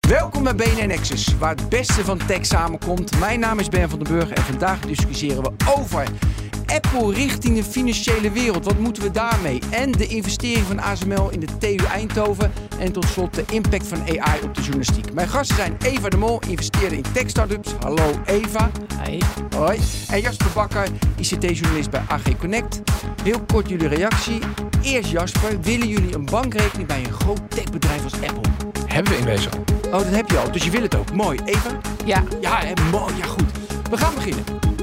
Welkom bij BNR Nexus, waar het beste van tech samenkomt. Mijn naam is Ben van den Burg en vandaag discussiëren we over Apple richting de financiële wereld. Wat moeten we daarmee? En de investering van ASML in de TU Eindhoven. En tot slot de impact van AI op de journalistiek. Mijn gasten zijn Eva de Mol, investeerder in tech-startups. Hallo Eva. Hi. Hoi. En Jasper Bakker, ICT-journalist bij AG Connect. Heel kort jullie reactie. Eerst Jasper, willen jullie een bankrekening bij een groot techbedrijf als Apple? Hebben we in wezen al. Oh, dat heb je al, dus je wil het ook. Mooi. Eva? Ja. Ja, mooi. Ja, goed. We gaan beginnen.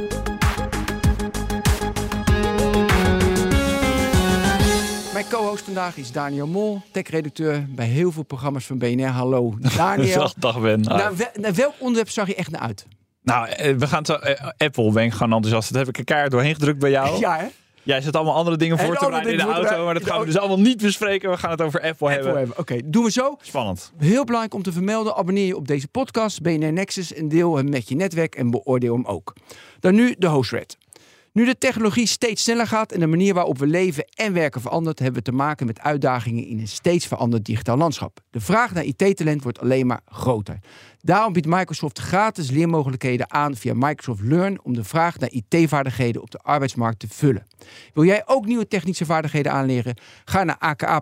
Mijn co-host vandaag is Daniel Mol, tech-redacteur bij heel veel programma's van BNR. Hallo Daniel. Dag Ben. Naar welk onderwerp zag je echt naar uit? Nou, we gaan Apple ben ik gewoon enthousiast. Dat heb ik een keer doorheen gedrukt bij jou. Ja, hè? Jij zet allemaal andere dingen voor te rijden in de auto, maar dat gaan we dus allemaal niet bespreken. We gaan het over Apple hebben. Oké, doen we zo. Spannend. Heel belangrijk om te vermelden, abonneer je op deze podcast, BNR Nexus, en deel hem met je netwerk en beoordeel hem ook. Dan nu de host-red. Nu de technologie steeds sneller gaat en de manier waarop we leven en werken verandert, hebben we te maken met uitdagingen in een steeds veranderd digitaal landschap. De vraag naar IT-talent wordt alleen maar groter. Daarom biedt Microsoft gratis leermogelijkheden aan via Microsoft Learn om de vraag naar IT-vaardigheden op de arbeidsmarkt te vullen. Wil jij ook nieuwe technische vaardigheden aanleren? Ga naar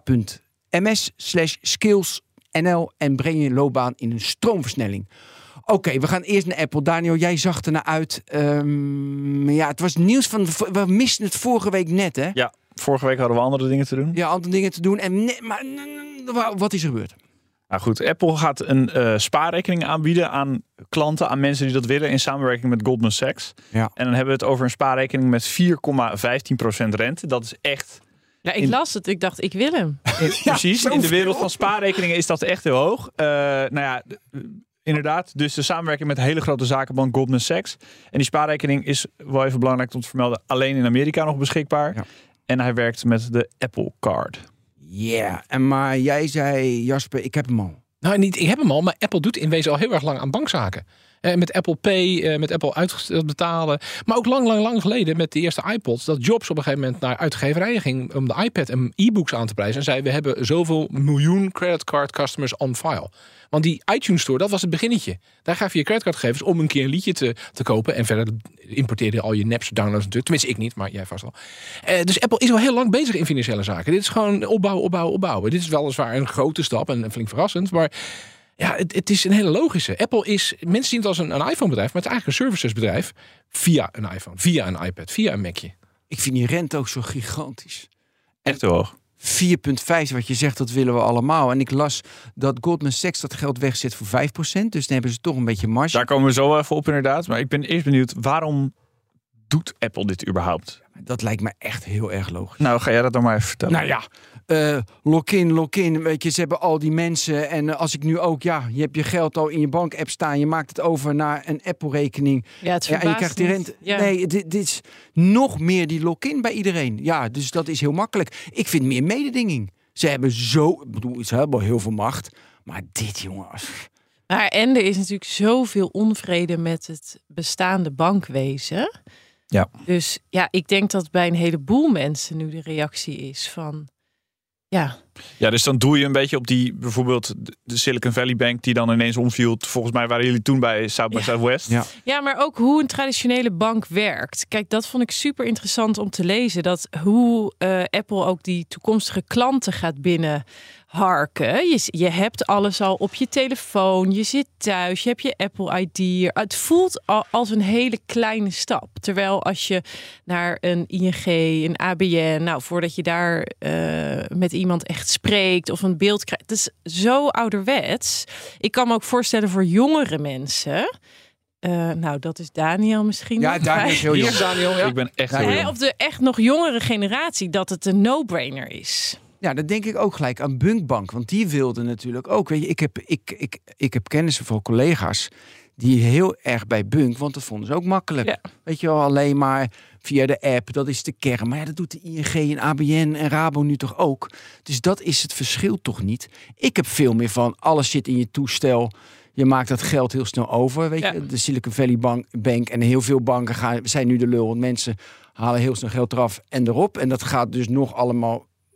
aka.ms/skillsnl en breng je loopbaan in een stroomversnelling. Oké, we gaan eerst naar Apple. Daniel, jij zag er naar uit. Ja, het was nieuws van... We misten het vorige week net, hè? Ja, vorige week hadden we andere dingen te doen. Ja, andere dingen te doen. Maar wat is er gebeurd? Nou goed, Apple gaat een spaarrekening aanbieden aan klanten, aan mensen die dat willen, in samenwerking met Goldman Sachs. Ja. En dan hebben we het over een spaarrekening met 4,15% rente. Dat is echt... Ja, ik las het. Ik dacht, ik wil hem. Precies, in de wereld van spaarrekeningen is dat echt heel hoog. Inderdaad, dus de samenwerking met een hele grote zakenbank Goldman Sachs. En die spaarrekening is wel even belangrijk om te vermelden, alleen in Amerika nog beschikbaar. Ja. En hij werkt met de Apple Card. Ja, maar jij zei, Jasper, ik heb hem al. Nou, niet ik heb hem al, maar Apple doet in wezen al heel erg lang aan bankzaken. Met Apple Pay, met Apple uitgesteld betalen. Maar ook lang geleden met de eerste iPods, dat Jobs op een gegeven moment naar uitgeverijen ging om de iPad en e-books aan te prijzen. En zei, we hebben zoveel miljoen creditcard customers on file. Want die iTunes Store, dat was het beginnetje. Daar gaf je je creditcardgegevens om een keer een liedje te kopen. En verder importeerde al je Napster downloads natuurlijk. Tenminste, ik niet, maar jij vast wel. Dus Apple is al heel lang bezig in financiële zaken. Dit is gewoon opbouwen. Dit is weliswaar een grote stap en flink verrassend. Maar ja, het is een hele logische. Apple is, mensen zien het als een iPhone bedrijf, maar het is eigenlijk een services bedrijf. Via een iPhone, via een iPad, via een Macje. Ik vind die rente ook zo gigantisch. Echt heel hoog. 4,5, wat je zegt, dat willen we allemaal. En ik las dat Goldman Sachs dat geld wegzet voor 5%. Dus dan hebben ze toch een beetje marge. Daar komen we zo even op inderdaad. Maar ik ben eerst benieuwd, waarom doet Apple dit überhaupt? Dat lijkt me echt heel erg logisch. Nou, ga jij dat dan maar even vertellen. Nou ja, lock-in. Weet je, ze hebben al die mensen. En als ik nu ook, je hebt je geld al in je bank-app staan. Je maakt het over naar een Apple-rekening. Ja, het en je krijgt die rente. Ja. Nee, dit is nog meer die lock-in bij iedereen. Ja, dus dat is heel makkelijk. Ik vind meer mededinging. Ze hebben ze hebben heel veel macht. Maar dit, jongens. Maar en er is natuurlijk zoveel onvrede met het bestaande bankwezen. Ja. Dus ja, ik denk dat bij een heleboel mensen nu de reactie is van... Ja, dus dan doe je een beetje op die, bijvoorbeeld de Silicon Valley Bank die dan ineens omviel. Volgens mij waren jullie toen bij South by Southwest. Ja, maar ook hoe een traditionele bank werkt. Kijk, dat vond ik super interessant om te lezen. Dat hoe Apple ook die toekomstige klanten gaat binnenharken. Je hebt alles al op je telefoon. Je zit thuis. Je hebt je Apple ID. Het voelt als een hele kleine stap. Terwijl als je naar een ING, een ABN... Nou, voordat je daar met iemand echt spreekt of een beeld krijgt. Het is zo ouderwets. Ik kan me ook voorstellen voor jongere mensen... nou, dat is Daniel misschien. Ja, Daniel is heel jong. Daniel, ja. Ik ben echt heel jong. Of de echt nog jongere generatie, dat het een no-brainer is. Ja, dat denk ik ook gelijk aan Bunkbank. Want die wilden natuurlijk ook. Weet je, ik heb kennissen van collega's die heel erg bij Bunk, want dat vonden ze ook makkelijk. Ja. Weet je wel, alleen maar via de app, dat is de kern. Maar ja, dat doet de ING en ABN en Rabo nu toch ook. Dus dat is het verschil toch niet. Ik heb veel meer van, alles zit in je toestel. Je maakt dat geld heel snel over. Weet je? De Silicon Valley Bank en heel veel banken zijn nu de lul. Want mensen halen heel snel geld eraf en erop. En dat gaat dus nog allemaal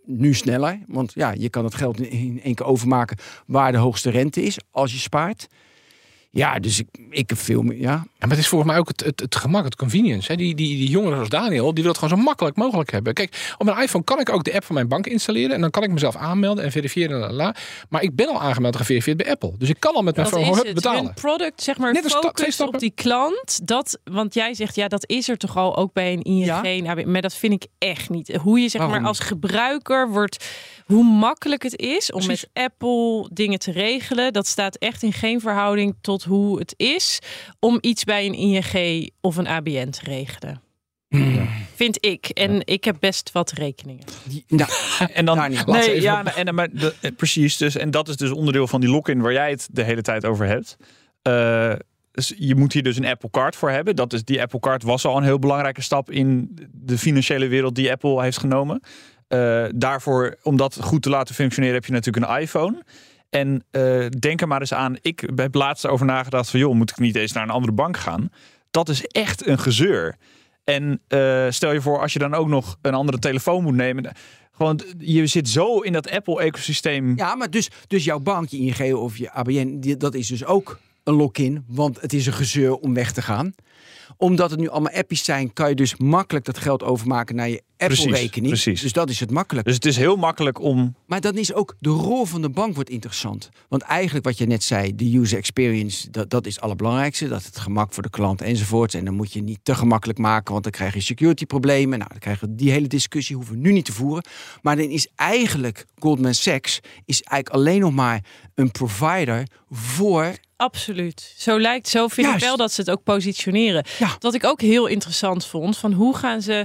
nu sneller. Want ja, je kan het geld in 1 keer overmaken waar de hoogste rente is als je spaart. Ja, dus ik heb veel meer, ja. Ja, maar het is volgens mij ook het gemak, het convenience. Hè? Die jongeren zoals Daniel, die wil het gewoon zo makkelijk mogelijk hebben. Kijk, op mijn iPhone kan ik ook de app van mijn bank installeren. En dan kan ik mezelf aanmelden en verifiëren. Maar ik ben al aangemeld en geverifieerd bij Apple. Dus ik kan al met mijn phone betalen. Hun product, zeg maar, Net focus op die klant. Want jij zegt, ja, dat is er toch al ook bij een ING. Ja? Maar dat vind ik echt niet. Hoe je, zeg maar, als gebruiker wordt... Hoe makkelijk het is om met Apple dingen te regelen. Dat staat echt in geen verhouding tot hoe het is om iets bij een ING of een ABN te regelen. Vind ik. En ik heb best wat rekeningen. En dan precies. Dus, en dat is dus onderdeel van die lock-in waar jij het de hele tijd over hebt. Dus je moet hier dus een Apple Card voor hebben. Die Apple Card was al een heel belangrijke stap in de financiële wereld die Apple heeft genomen. Daarvoor, om dat goed te laten functioneren, heb je natuurlijk een iPhone. En denk er maar eens aan. Ik heb laatst over nagedacht van, joh, moet ik niet eens naar een andere bank gaan? Dat is echt een gezeur. En stel je voor, als je dan ook nog een andere telefoon moet nemen. Gewoon, je zit zo in dat Apple-ecosysteem. Ja, maar dus jouw bank, je ING of je ABN, dat is dus ook een lock-in. Want het is een gezeur om weg te gaan. Omdat het nu allemaal appies zijn, kan je dus makkelijk dat geld overmaken naar je Apple-rekening. Precies. Dus dat is het makkelijk. Dus het is heel makkelijk om... Maar dan is ook de rol van de bank wordt interessant. Want eigenlijk wat je net zei, de user experience, dat is het allerbelangrijkste. Dat het gemak voor de klant enzovoorts. En dan moet je niet te gemakkelijk maken, want dan krijg je security problemen. Nou, dan krijgen we die hele discussie, hoeven we nu niet te voeren. Maar dan is eigenlijk Goldman Sachs is eigenlijk alleen nog maar een provider voor... Absoluut. Zo vind ik wel dat ze het ook positioneren. Ja. Wat ik ook heel interessant vond, van hoe gaan ze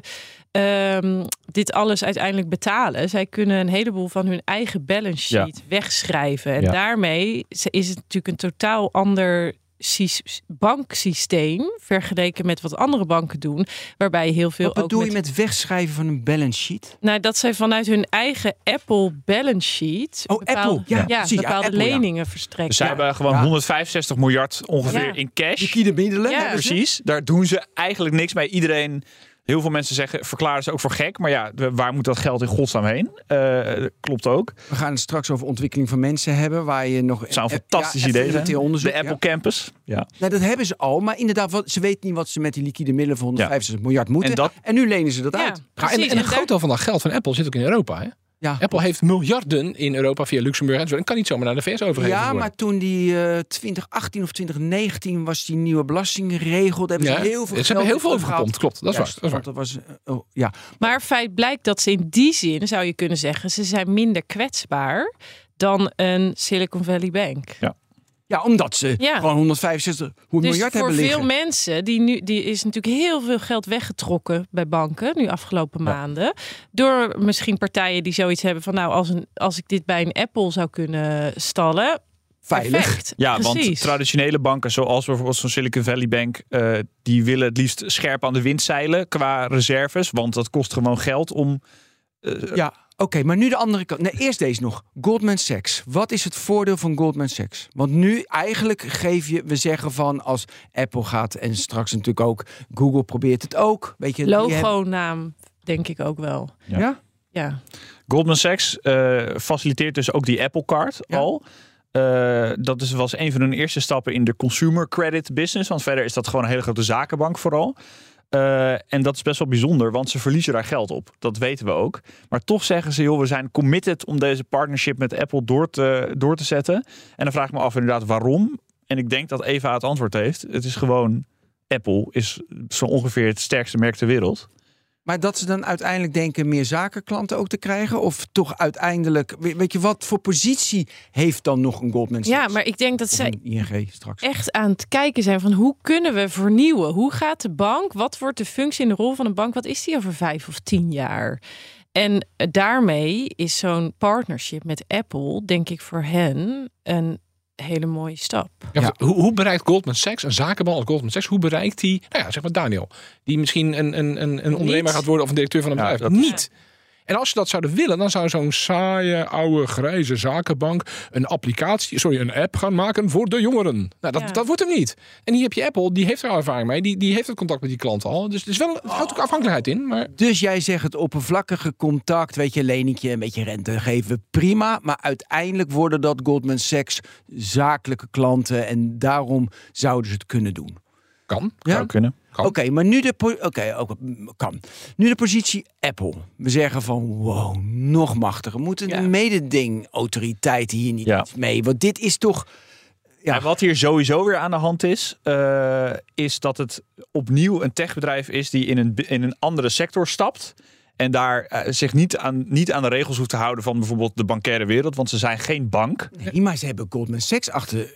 dit alles uiteindelijk betalen? Zij kunnen een heleboel van hun eigen balance sheet wegschrijven. En daarmee is het natuurlijk een totaal ander banksysteem vergeleken met wat andere banken doen, waarbij heel veel. Wat bedoel je met wegschrijven van een balance sheet? Nou, dat zij vanuit hun eigen Apple balance sheet bepaalde leningen verstrekken. Dus zij hebben gewoon 165 miljard ongeveer in cash. Liquide middelen. Ja, precies. Daar doen ze eigenlijk niks mee. Iedereen. Heel veel mensen verklaren ze ook voor gek. Maar ja, waar moet dat geld in godsnaam heen? Klopt ook. We gaan het straks over ontwikkeling van mensen hebben. Waar je nog... Het zou een fantastisch idee zijn. De Apple Campus. Ja. Nou, dat hebben ze al. Maar inderdaad, ze weten niet wat ze met die liquide middelen van 165 miljard moeten. En nu lenen ze dat uit. En een groot deel van dat geld van Apple zit ook in Europa, hè? Ja. Apple heeft miljarden in Europa via Luxemburg en zo. En kan niet zomaar naar de VS overgeven worden. Maar toen die 2018 of 2019 was die nieuwe belastingregel. Daar hebben ze hebben heel veel over gepompt. Klopt, dat is waar. Dat was, Maar feit blijkt dat ze in die zin, zou je kunnen zeggen, ze zijn minder kwetsbaar dan een Silicon Valley Bank. Ja, omdat ze gewoon 165 miljard hebben liggen. Voor veel mensen, die is natuurlijk heel veel geld weggetrokken bij banken, nu afgelopen maanden. Door misschien partijen die zoiets hebben van, nou, als ik dit bij een Apple zou kunnen stallen. Veilig. Perfect. Ja, precies. Want traditionele banken, zoals bijvoorbeeld zo'n Silicon Valley Bank, die willen het liefst scherp aan de wind zeilen qua reserves. Want dat kost gewoon geld om... Oké, maar nu de andere kant. Nee, eerst deze nog. Goldman Sachs. Wat is het voordeel van Goldman Sachs? Want nu eigenlijk we zeggen van als Apple gaat en straks natuurlijk ook Google probeert het ook. Weet je, logo-naam denk ik ook wel. Ja. Goldman Sachs faciliteert dus ook die Apple Card al. Dat was een van hun eerste stappen in de consumer credit business. Want verder is dat gewoon een hele grote zakenbank vooral. En dat is best wel bijzonder, want ze verliezen daar geld op. Dat weten we ook. Maar toch zeggen ze, joh, we zijn committed om deze partnership met Apple door te zetten. En dan vraag ik me af inderdaad waarom. En ik denk dat Eva het antwoord heeft. Het is gewoon, Apple is zo ongeveer het sterkste merk ter wereld. Maar dat ze dan uiteindelijk denken meer zakenklanten ook te krijgen? Of toch uiteindelijk... Weet je, wat voor positie heeft dan nog een Goldman Sachs? Ja, maar ik denk dat zij ING straks echt aan het kijken zijn van hoe kunnen we vernieuwen? Hoe gaat de bank? Wat wordt de functie en de rol van een bank? Wat is die over 5 of 10 jaar? En daarmee is zo'n partnership met Apple, denk ik voor hen, een hele mooie stap. Hoe bereikt Goldman Sachs, een zakenman als Goldman Sachs, hoe bereikt die, zeg maar Daniel, die misschien een ondernemer gaat worden of een directeur van een bedrijf? Niet. En als ze dat zouden willen, dan zou zo'n saaie, oude, grijze zakenbank een app gaan maken voor de jongeren. Nou, dat wordt hem niet. En hier heb je Apple, die heeft er al ervaring mee. Die heeft het contact met die klanten al. Dus het houdt ook afhankelijkheid in. Maar... Dus jij zegt het oppervlakkige contact, weet je, leningje, een beetje rente geven, prima. Maar uiteindelijk worden dat Goldman Sachs zakelijke klanten en daarom zouden ze het kunnen doen. Kan. Ja? Zou kunnen. Oké, maar nu kan. Nu de positie Apple. We zeggen van wow, nog machtiger. Moeten de mededingautoriteiten hier niet iets mee? Want dit is toch... Ja. En wat hier sowieso weer aan de hand is, is dat het opnieuw een techbedrijf is die in een andere sector stapt. En daar zich niet aan de regels hoeft te houden van bijvoorbeeld de bankaire wereld. Want ze zijn geen bank. Nee, maar ze hebben Goldman Sachs achter...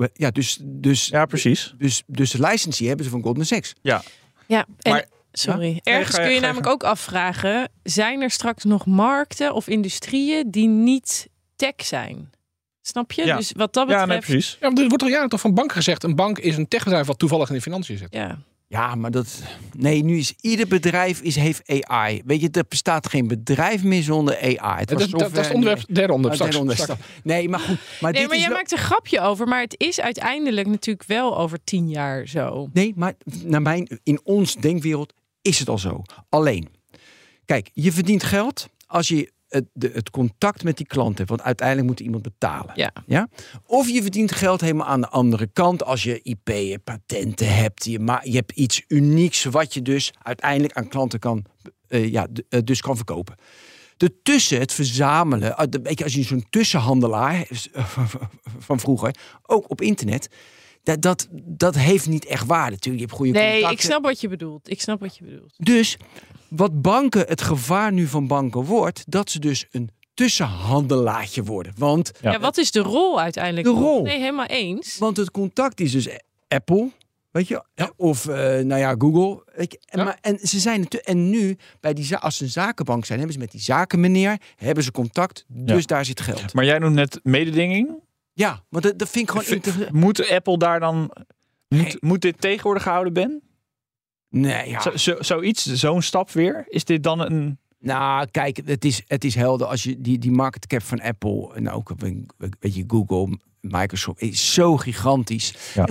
Ja, precies. Dus de licentie hebben ze van Goldman Sachs. Ja, en, maar, sorry. Ergens kun je namelijk ook afvragen, zijn er straks nog markten of industrieën die niet tech zijn? Snap je? Ja. Dus wat dat betreft... Ja, nee, precies. Ja, er wordt al jaren toch van banken gezegd, een bank is een techbedrijf wat toevallig in de financiën zit. Ja, maar dat... Nee, nu is ieder bedrijf heeft AI. Weet je, er bestaat geen bedrijf meer zonder AI. Dat is het onderwerp, derde onderwerp. Nee, maar goed. Maar jij maakt een grapje over, maar het is uiteindelijk natuurlijk wel over 10 jaar zo. Nee, maar in ons denkwereld is het al zo. Alleen, kijk, je verdient geld als je het contact met die klant hebt. Want uiteindelijk moet iemand betalen. Ja? Of je verdient geld helemaal aan de andere kant. Als je IP, patenten hebt. Je hebt iets unieks wat je dus uiteindelijk aan klanten kan verkopen. Ertussen het verzamelen. Als je zo'n tussenhandelaar van vroeger, ook op internet. Dat heeft niet echt waarde. Natuurlijk, je hebt goede contacten. Nee, ik snap wat je bedoelt. Dus wat banken, het gevaar nu van banken wordt, dat ze dus een tussenhandelaartje worden. Want wat is de rol uiteindelijk? De rol. Nee, helemaal eens. Want het contact is dus Apple, weet je, of Google. Weet je. En ze zijn en nu als ze een zakenbank zijn, hebben ze met die zakenmeneer hebben ze contact. Dus daar zit geld. Maar jij noemt net mededinging. Ja, want dat vind ik gewoon interessant. Moet Apple daar dan... Moet dit tegenwoordig gehouden, Ben? Nee, ja. Zo'n stap weer? Is dit dan een... Nou, kijk, het is helder als je die market cap van Apple en ook weet je, Google, Microsoft is zo gigantisch. Ja.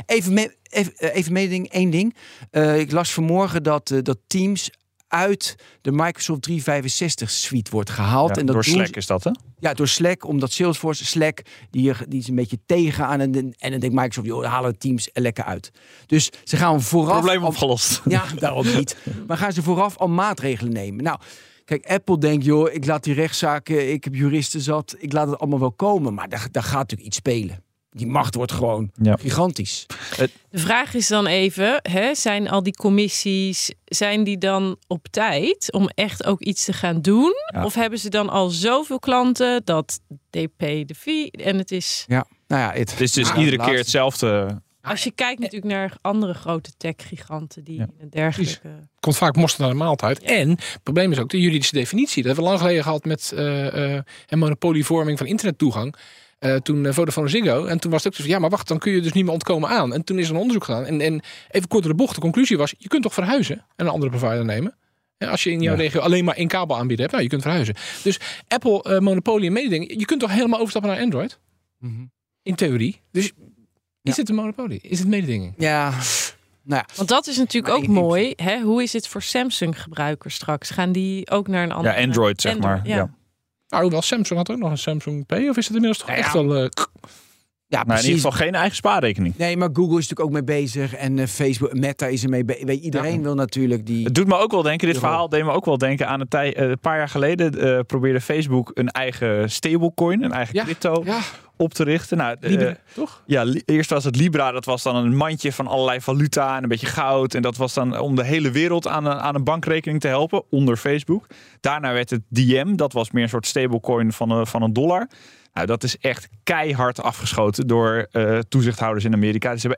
Even mededing, één ding. Ik las vanmorgen dat Teams uit de Microsoft 365 suite wordt gehaald. Ja, en dat door Slack is dat, hè? Ja, door Slack, omdat Salesforce, Slack, die is een beetje tegenaan. En dan denkt Microsoft, joh, halen Teams er lekker uit. Dus ze gaan vooraf... Probleem opgelost. Ja, daarom niet. Maar gaan ze vooraf al maatregelen nemen. Nou, kijk, Apple denkt, joh, ik laat die rechtszaken, ik heb juristen zat, ik laat het allemaal wel komen. Maar daar gaat natuurlijk iets spelen. Die macht wordt gewoon gigantisch. De vraag is dan even, zijn al die commissies, zijn die dan op tijd om echt ook iets te gaan doen? Ja. Of hebben ze dan al zoveel klanten dat DP de fee en het is... Ja, nou ja, het is dus iedere keer hetzelfde. Als je kijkt natuurlijk naar andere grote tech-giganten die een dergelijke... Komt vaak mosterd naar de maaltijd. En het probleem is ook de juridische definitie. Dat hebben we lang geleden gehad met een monopolievorming van internettoegang. Toen Vodafone Ziggo. En toen was het ook zo van, maar wacht, dan kun je dus niet meer ontkomen aan. En toen is er een onderzoek gedaan. En even kort door de bocht, de conclusie was, je kunt toch verhuizen en een andere provider nemen. Als je in jouw regio alleen maar één kabel aanbieden hebt, je kunt verhuizen. Dus Apple, monopolie en mededinging, je kunt toch helemaal overstappen naar Android? Mm-hmm. In theorie. Dus is het een monopolie? Is het mededinging? Ja. Nou ja. Want dat is natuurlijk ook mooi. Hè? Hoe is het voor Samsung gebruikers straks? Gaan die ook naar een andere... Ja, Android zeg maar. Ja. Nou, hoewel Samsung had ook nog een Samsung Pay. Of is het inmiddels toch echt wel... Ja, maar in ieder geval geen eigen spaarrekening. Nee, maar Google is natuurlijk ook mee bezig. En Facebook, Meta is er mee bezig. Iedereen wil natuurlijk die... Het doet me ook wel denken, dit verhaal deed me ook wel denken aan een paar jaar geleden probeerde Facebook een eigen stablecoin, een eigen crypto op te richten. Nou, Libra, toch? Ja, eerst was het Libra. Dat was dan een mandje van allerlei valuta en een beetje goud. En dat was dan om de hele wereld aan een bankrekening te helpen onder Facebook. Daarna werd het Diem. Dat was meer een soort stablecoin van $1. Nou, dat is echt keihard afgeschoten door toezichthouders in Amerika. Dus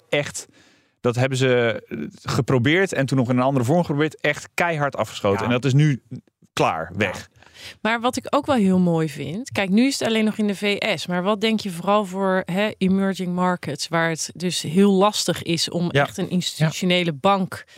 dat hebben ze geprobeerd en toen nog in een andere vorm geprobeerd. Echt keihard afgeschoten. Ja. En dat is nu klaar, weg. Maar wat ik ook wel heel mooi vind... Kijk, nu is het alleen nog in de VS. Maar wat denk je vooral voor emerging markets... waar het dus heel lastig is om echt een institutionele bank te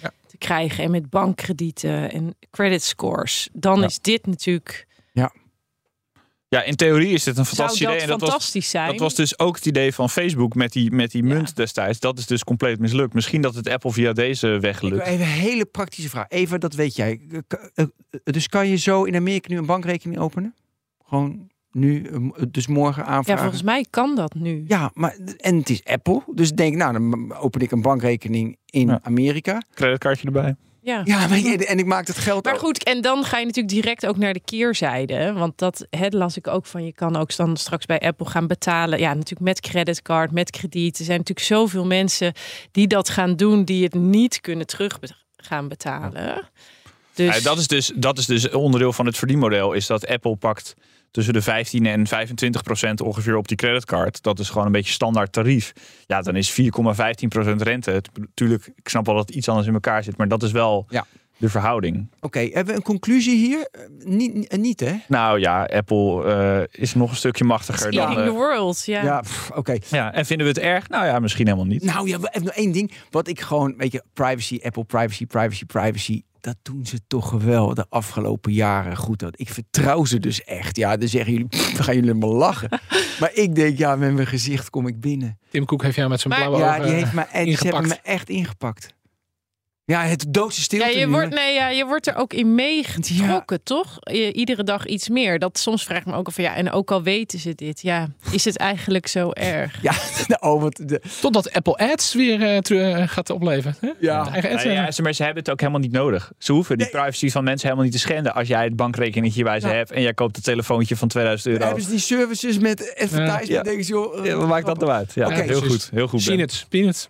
krijgen en met bankkredieten en credit scores, dan is dit natuurlijk... Ja, in theorie is dit een fantastisch Zou dat idee. En fantastisch zijn? Dat was dus ook het idee van Facebook met die munt destijds. Dat is dus compleet mislukt. Misschien dat het Apple via deze weg lukt. Even een hele praktische vraag. Eva, dat weet jij. Dus kan je zo in Amerika nu een bankrekening openen? Gewoon nu, dus morgen aanvragen? Ja, volgens mij kan dat nu. Ja, maar en het is Apple. Dus denk, nou, dan open ik een bankrekening in Amerika. Creditcardje erbij. Ja. Ja, maar, en ik maak het geld Maar goed, en dan ga je natuurlijk direct ook naar de keerzijde. Want dat las ik ook van. Je kan ook dan straks bij Apple gaan betalen. Ja, natuurlijk met creditcard, met krediet. Er zijn natuurlijk zoveel mensen die dat gaan doen, die het niet kunnen terug gaan betalen. Dus... Ja, dat is dus onderdeel van het verdienmodel. Is dat Apple pakt tussen de 15 en 25% ongeveer op die creditcard. Dat is gewoon een beetje standaard tarief. Ja, dan is 4,15% rente. Natuurlijk, ik snap wel dat het iets anders in elkaar zit. Maar dat is wel de verhouding. Oké, hebben we een conclusie hier? Niet hè? Nou ja, Apple is nog een stukje machtiger dan... Eating the world, Ja, oké. Ja, en vinden we het erg? Nou ja, misschien helemaal niet. Nou ja, even nog één ding. Wat ik gewoon, weet je, privacy, Apple, privacy. Dat doen ze toch wel de afgelopen jaren goed. Ik vertrouw ze dus echt. Ja, dan zeggen jullie, gaan jullie maar lachen. Maar ik denk, ja, met mijn gezicht kom ik binnen. Tim Cook heeft jou met zijn blauwe Ja, ogen die hebben me echt ingepakt. Ja, het doodse stilte. Ja, je wordt er ook in meegetrokken, toch? Iedere dag iets meer. Dat soms vraag ik me ook af van en ook al weten ze dit, is het eigenlijk zo erg? Ja, totdat Apple Ads weer gaat opleveren. Hè? Ja. Eigen ads, maar ze hebben het ook helemaal niet nodig. Ze hoeven die privacy van mensen helemaal niet te schenden. Als jij het bankrekeningetje bij ze hebt en jij koopt het telefoontje van €2000. Hebben ze die services met advertisement? Denk je, joh, wat maakt dat nou uit? Ja, Okay. heel goed. Peanuts.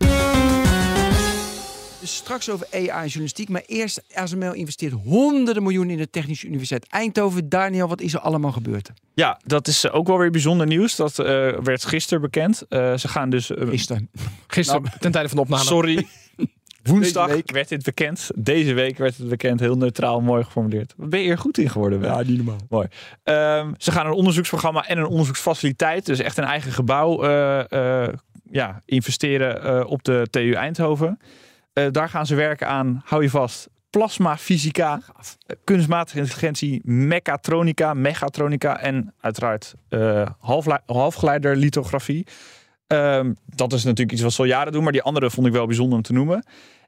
Dus straks over AI en journalistiek. Maar eerst, ASML investeert honderden miljoenen in de Technische Universiteit Eindhoven. Daniel, wat is er allemaal gebeurd? Ja, dat is ook wel weer bijzonder nieuws. Dat werd gisteren bekend. Ze gaan dus... Gisteren, ten tijde van de opname. Sorry. Woensdag werd dit bekend. Deze week werd het bekend. Heel neutraal, mooi geformuleerd. Wat ben je er goed in geworden? Ja, niet normaal. Mooi. Ze gaan een onderzoeksprogramma en een onderzoeksfaciliteit. Dus echt een eigen gebouw investeren op de TU Eindhoven. Daar gaan ze werken aan, hou je vast, plasmafysica, kunstmatige intelligentie, mechatronica en uiteraard halfgeleiderlithografie. Dat is natuurlijk iets wat ze al jaren doen, maar die andere vond ik wel bijzonder om te noemen.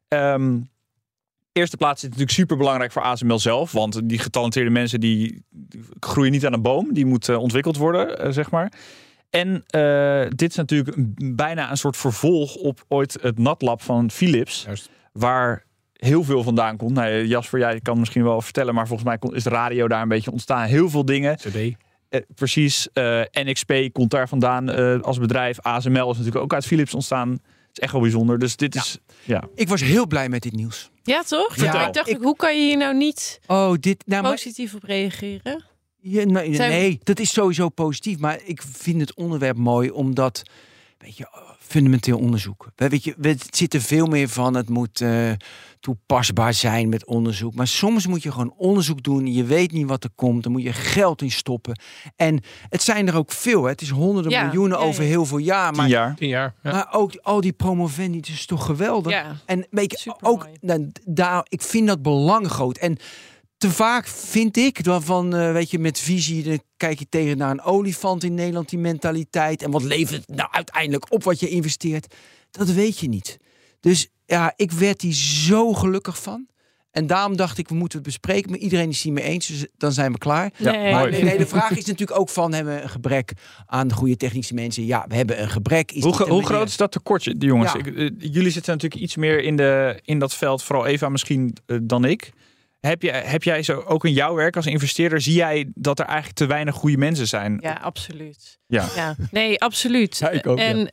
Eerste plaats is natuurlijk super belangrijk voor ASML zelf, want die getalenteerde mensen die groeien niet aan een boom, die moeten ontwikkeld worden, zeg maar. En dit is natuurlijk bijna een soort vervolg op ooit het NatLab van Philips. Juist. Waar heel veel vandaan komt. Nou, Jasper, jij kan misschien wel vertellen, maar volgens mij is de radio daar een beetje ontstaan. Heel veel dingen. CD. Precies. NXP komt daar vandaan als bedrijf. ASML is natuurlijk ook uit Philips ontstaan. Het is echt wel bijzonder. Dus dit is... Ja. Ik was heel blij met dit nieuws. Ja, toch? Ja. Ik dacht, hoe kan je hier nou niet positief op reageren? Ja, nee, dat is sowieso positief. Maar ik vind het onderwerp mooi, omdat, weet je, fundamenteel onderzoek. Weet je, het zit er veel meer van. Het moet toepasbaar zijn met onderzoek. Maar soms moet je gewoon onderzoek doen. Je weet niet wat er komt. Dan moet je geld in stoppen. En het zijn er ook veel. Hè. Het is honderden miljoenen over heel veel jaar. Maar, 10 jaar. Ja. Maar ook al die promovendi, het is toch geweldig. Ja, en weet je, ook ik vind dat belangrijk. En te vaak vind ik van, weet je, met visie, dan kijk je tegen naar een olifant in Nederland, die mentaliteit. En wat levert het nou uiteindelijk op wat je investeert? Dat weet je niet. Dus ja, ik werd hier zo gelukkig van. En daarom dacht ik, we moeten het bespreken. Maar iedereen is het mee eens, dus dan zijn we klaar. Nee. Maar de vraag is natuurlijk ook van, hebben we een gebrek aan goede technische mensen? Ja, we hebben een gebrek. Hoe groot is dat tekortje, jongens? Ja. Jullie zitten natuurlijk iets meer in dat veld, vooral Eva misschien dan ik. Heb jij zo ook in jouw werk als investeerder, zie jij dat er eigenlijk te weinig goede mensen zijn? Ja, absoluut. Ja. Nee, absoluut. Ja, ik ook, en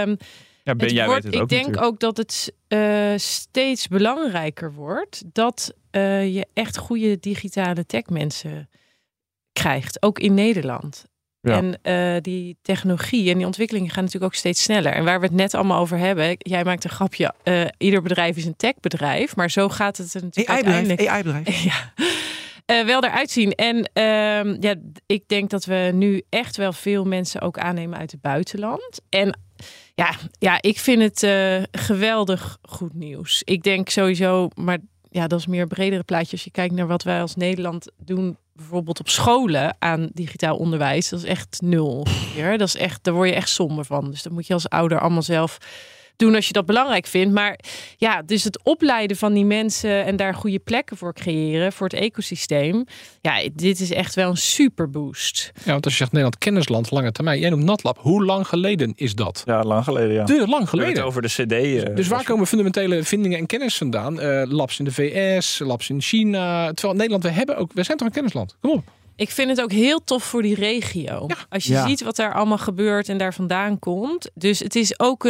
ik denk ook dat het steeds belangrijker wordt dat je echt goede digitale techmensen krijgt, ook in Nederland. Ja. En die technologie en die ontwikkelingen gaan natuurlijk ook steeds sneller. En waar we het net allemaal over hebben, jij maakt een grapje, ieder bedrijf is een techbedrijf, maar zo gaat het natuurlijk uiteindelijk. AI-bedrijf. Ja. Wel eruit zien. En ik denk dat we nu echt wel veel mensen ook aannemen uit het buitenland. En ja, ik vind het geweldig goed nieuws. Ik denk sowieso, maar dat is meer een bredere plaatje. Als je kijkt naar wat wij als Nederland doen, bijvoorbeeld op scholen aan digitaal onderwijs, dat is echt 0. Dat is echt, daar word je echt somber van. Dus dat moet je als ouder allemaal zelf doen als je dat belangrijk vindt. Maar ja, dus het opleiden van die mensen en daar goede plekken voor creëren voor het ecosysteem. Ja, dit is echt wel een super boost. Ja, want als je zegt Nederland kennisland, lange termijn. Jij noemt NatLab. Hoe lang geleden is dat? Ja, lang geleden, ja. Lang We hebben geleden. het over de CD. Dus waar komen fundamentele vindingen en kennis vandaan? Labs in de VS, labs in China. Terwijl Nederland, we zijn toch een kennisland? Kom op. Ik vind het ook heel tof voor die regio. Ja. Als je ziet wat daar allemaal gebeurt en daar vandaan komt. Dus het is ook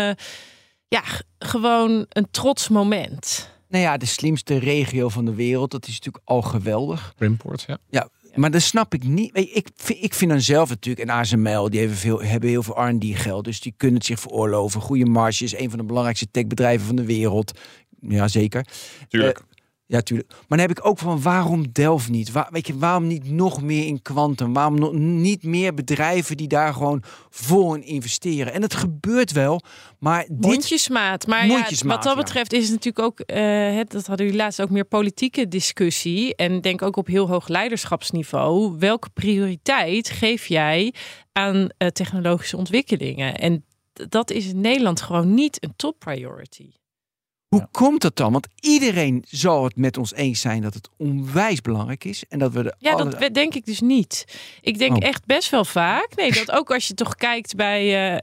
gewoon een trots moment. Nou ja, de slimste regio van de wereld, dat is natuurlijk al geweldig. Rimport, ja. Ja, maar dat snap ik niet. Ik vind dan zelf natuurlijk, en ASML, die hebben heel veel R&D geld. Dus die kunnen het zich veroorloven. Goede marges, een van de belangrijkste techbedrijven van de wereld. Ja, zeker. Tuurlijk. Ja, tuurlijk. Maar dan heb ik ook van, waarom Delft niet? Waarom niet nog meer in kwantum? Waarom niet meer bedrijven die daar gewoon vol in investeren? En het gebeurt wel, maar Mondjesmaat. Maar Mondjesmaat, wat dat betreft is het natuurlijk ook, dat hadden jullie laatst ook meer politieke discussie. En denk ook op heel hoog leiderschapsniveau. Welke prioriteit geef jij aan technologische ontwikkelingen? En dat is in Nederland gewoon niet een top priority. Hoe komt dat dan? Want iedereen zal het met ons eens zijn dat het onwijs belangrijk is. En dat we dat denk ik dus niet. Ik denk echt best wel vaak. Nee, dat ook als je toch kijkt bij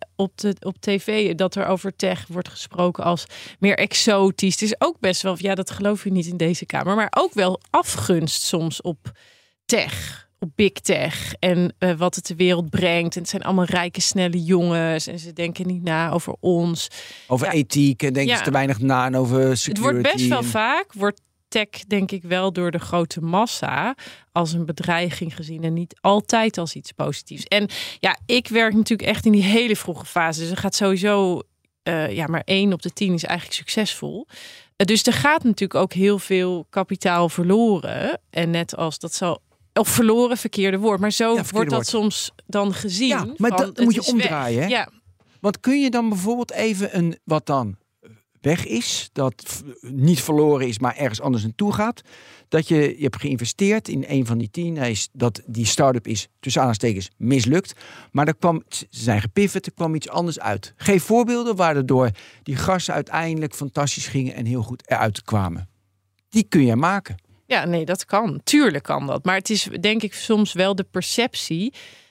op tv, dat er over tech wordt gesproken als meer exotisch. Het is ook best wel, dat geloof je niet in deze kamer, maar ook wel afgunst soms op tech. Op big tech en wat het de wereld brengt. En het zijn allemaal rijke, snelle jongens. En ze denken niet na over ons. Over ethiek en denken ze te weinig na en over security. Het wordt best wel vaak, wordt tech denk ik wel door de grote massa als een bedreiging gezien. En niet altijd als iets positiefs. En ja, ik werk natuurlijk echt in die hele vroege fase. Dus er gaat sowieso, maar 1 op de 10 is eigenlijk succesvol. Dus er gaat natuurlijk ook heel veel kapitaal verloren. En net als dat zal... Of verloren, verkeerde woord. Maar zo wordt dat soms dan gezien. Ja, maar dat moet je omdraaien. Hè? Ja. Want kun je dan bijvoorbeeld even wat dan weg is, dat niet verloren is, maar ergens anders naartoe gaat. Dat je hebt geïnvesteerd in een van die 10. Dat die start-up is tussen aanstekens mislukt. Maar ze zijn gepivot, er kwam iets anders uit. Geef voorbeelden waardoor die gasten uiteindelijk fantastisch gingen en heel goed eruit kwamen. Die kun je maken. Ja, nee, dat kan. Tuurlijk kan dat. Maar het is denk ik soms wel de perceptie.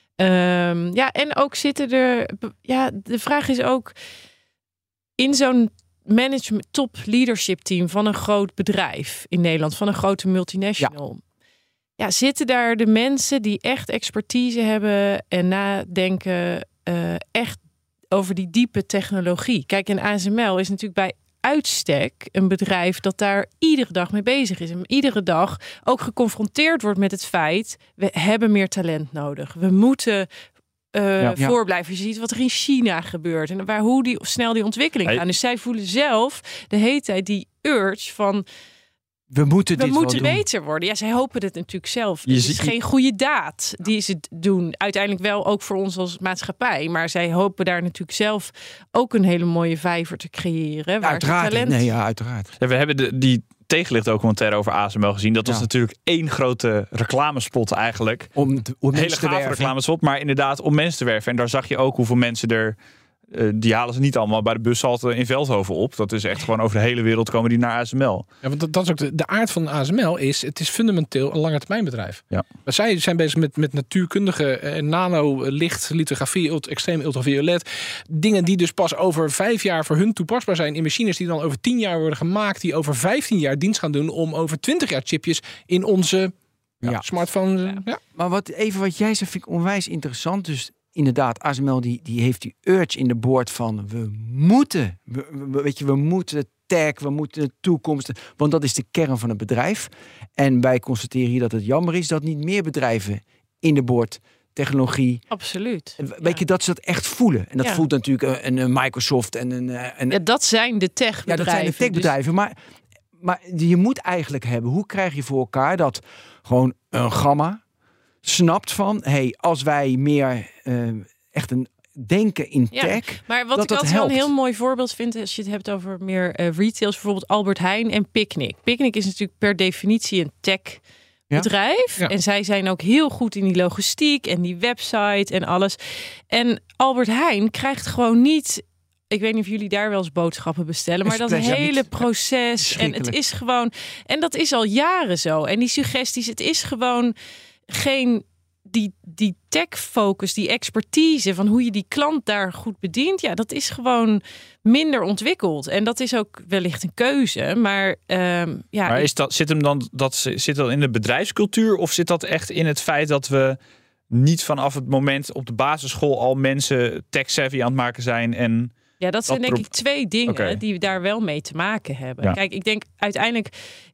En ook zitten er... Ja, de vraag is ook... In zo'n management top leadership team van een groot bedrijf in Nederland, van een grote multinational. Ja, zitten daar de mensen die echt expertise hebben en nadenken echt over die diepe technologie. Kijk, en ASML is natuurlijk bij uitstek een bedrijf dat daar iedere dag mee bezig is. En iedere dag ook geconfronteerd wordt met het feit, we hebben meer talent nodig. We moeten voorblijven. Je ziet wat er in China gebeurt en hoe snel die ontwikkeling gaat. Dus zij voelen zelf de hele tijd die urge van we moeten beter worden. Ja, zij hopen het natuurlijk zelf. Het is geen goede daad die ze doen. Uiteindelijk wel ook voor ons als maatschappij. Maar zij hopen daar natuurlijk zelf ook een hele mooie vijver te creëren. Waar uiteraard. Talent... uiteraard. Ja, we hebben die tegenlichtdocumentaire over ASML gezien. Dat was natuurlijk één grote reclamespot eigenlijk. Om een hele gave reclamespot, maar inderdaad om mensen te werven. En daar zag je ook hoeveel mensen er... die halen ze niet allemaal bij de bushalte in Veldhoven op. Dat is echt gewoon over de hele wereld komen die naar ASML. Ja, want dat is ook de aard van ASML het is fundamenteel een langetermijnbedrijf. Ja. Zij zijn bezig met natuurkundige nano-licht, lithografie, extreem ultraviolet. Dingen die dus pas over 5 jaar voor hun toepasbaar zijn in machines die dan over 10 jaar worden gemaakt, die over 15 jaar dienst gaan doen om over 20 jaar chipjes in onze smartphone. Ja. Maar wat jij zei vind ik onwijs interessant. Dus inderdaad, ASML die heeft die urge in de boord van we moeten tech, we moeten de toekomst, want dat is de kern van het bedrijf. En wij constateren hier dat het jammer is dat niet meer bedrijven in de boord technologie. Absoluut. Weet je dat ze dat echt voelen? En dat voelt natuurlijk een Microsoft en een. Ja, dat zijn de techbedrijven. Ja, dat zijn de techbedrijven. Dus... Maar je moet eigenlijk hebben, hoe krijg je voor elkaar dat gewoon een Gamma snapt van, als wij meer echt een denken in Ja, tech. Maar wat dat ik altijd wel helpt. een heel mooi voorbeeld vind, als je het hebt over meer retails, bijvoorbeeld Albert Heijn en Picnic. Picnic is natuurlijk per definitie een tech bedrijf. Ja. En zij zijn ook heel goed in die logistiek en die website en alles. En Albert Heijn krijgt gewoon niet... Ik weet niet of jullie daar wel eens boodschappen bestellen, maar dat hele proces en het is gewoon... En dat is al jaren zo. En die suggesties, het is gewoon geen... Die tech-focus, die expertise van hoe je die klant daar goed bedient, ja, dat is gewoon minder ontwikkeld. En dat is ook wellicht een keuze. Maar Maar zit dat in de bedrijfscultuur of zit dat echt in het feit dat we niet vanaf het moment op de basisschool al mensen tech-savvy aan het maken zijn en... Ja, dat zijn denk ik twee dingen die daar wel mee te maken hebben. Ja. Kijk, ik denk uiteindelijk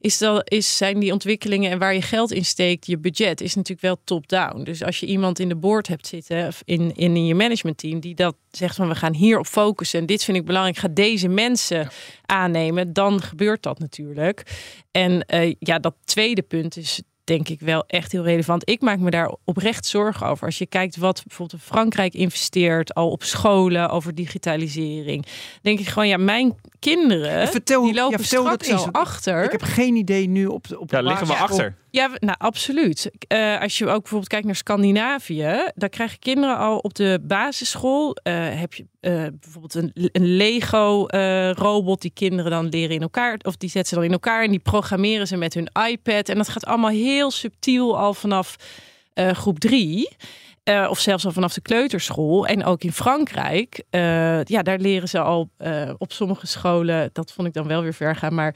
zijn die ontwikkelingen en waar je geld in steekt, je budget, is natuurlijk wel top-down. Dus als je iemand in de board hebt zitten, of in je managementteam, die dat zegt van we gaan hierop focussen en dit vind ik belangrijk, ga deze mensen aannemen, dan gebeurt dat natuurlijk. En dat tweede punt is denk ik wel echt heel relevant. Ik maak me daar oprecht zorgen over. Als je kijkt wat bijvoorbeeld Frankrijk investeert al op scholen over digitalisering, denk ik gewoon, mijn kinderen die lopen straks al achter. Ik heb geen idee nu op de liggen we achter. Ja, nou absoluut. Als je ook bijvoorbeeld kijkt naar Scandinavië, dan krijgen kinderen al op de basisschool heb je bijvoorbeeld een Lego robot die kinderen dan leren in elkaar, of die zetten ze dan in elkaar en die programmeren ze met hun iPad en dat gaat allemaal heel subtiel al vanaf groep 3. Of zelfs al vanaf de kleuterschool. En ook in Frankrijk. Daar leren ze al op sommige scholen. Dat vond ik dan wel weer ver gaan. Maar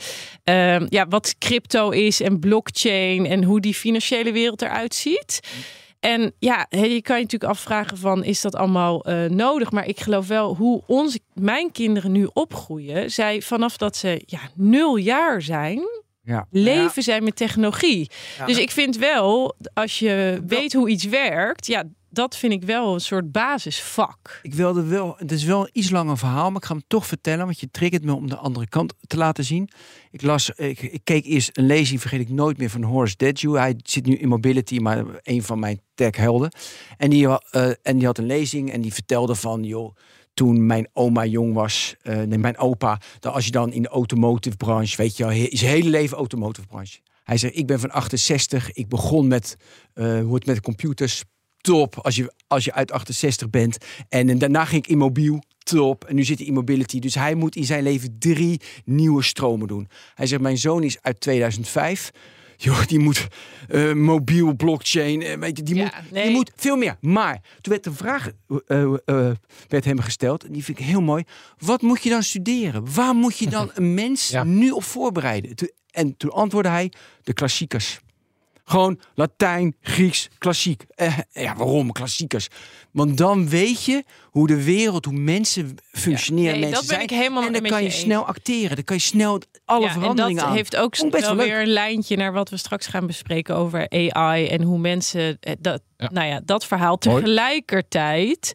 wat crypto is en blockchain. En hoe die financiële wereld eruit ziet. En je kan je natuurlijk afvragen van, is dat allemaal nodig? Maar ik geloof wel hoe mijn kinderen nu opgroeien. Zij vanaf dat ze 0 jaar zijn, leven zij met technologie. Ja. Dus ik vind wel, als je weet hoe iets werkt, dat vind ik wel een soort basisvak. Ik wilde wel, het is wel een iets langer verhaal, maar ik ga hem toch vertellen, want je triggert me om de andere kant te laten zien. Ik keek eerst een lezing, vergeet ik nooit meer, van Horace Dediu. Hij zit nu in Mobility, maar een van mijn tech-helden. En die had een lezing en die vertelde van, toen mijn oma jong was, mijn opa, dat als je dan in de automotive branche, weet je, is hele leven automotive branche. Hij zegt, ik ben van 68, ik begon met hoe het met de computers, top, als je uit 68 bent. En daarna ging ik in mobiel, top. En nu zit hij in Mobility. Dus hij moet in zijn leven 3 nieuwe stromen doen. Hij zegt, mijn zoon is uit 2005. Die moet mobiel, blockchain. Die moet veel meer. Maar toen werd de vraag werd hem gesteld. En die vind ik heel mooi. Wat moet je dan studeren? Waar moet je dan een mens nu op voorbereiden? En toen antwoordde hij, de klassiekers. Gewoon Latijn, Grieks, klassiek. Waarom klassiekers? Want dan weet je hoe de wereld, hoe mensen functioneren. Mensen dat ben ik helemaal en dan met kan je snel acteren. Dan kan je snel alle veranderingen aan. En dat heeft ook wel weer een lijntje naar wat we straks gaan bespreken over AI en hoe mensen dat verhaal tegelijkertijd.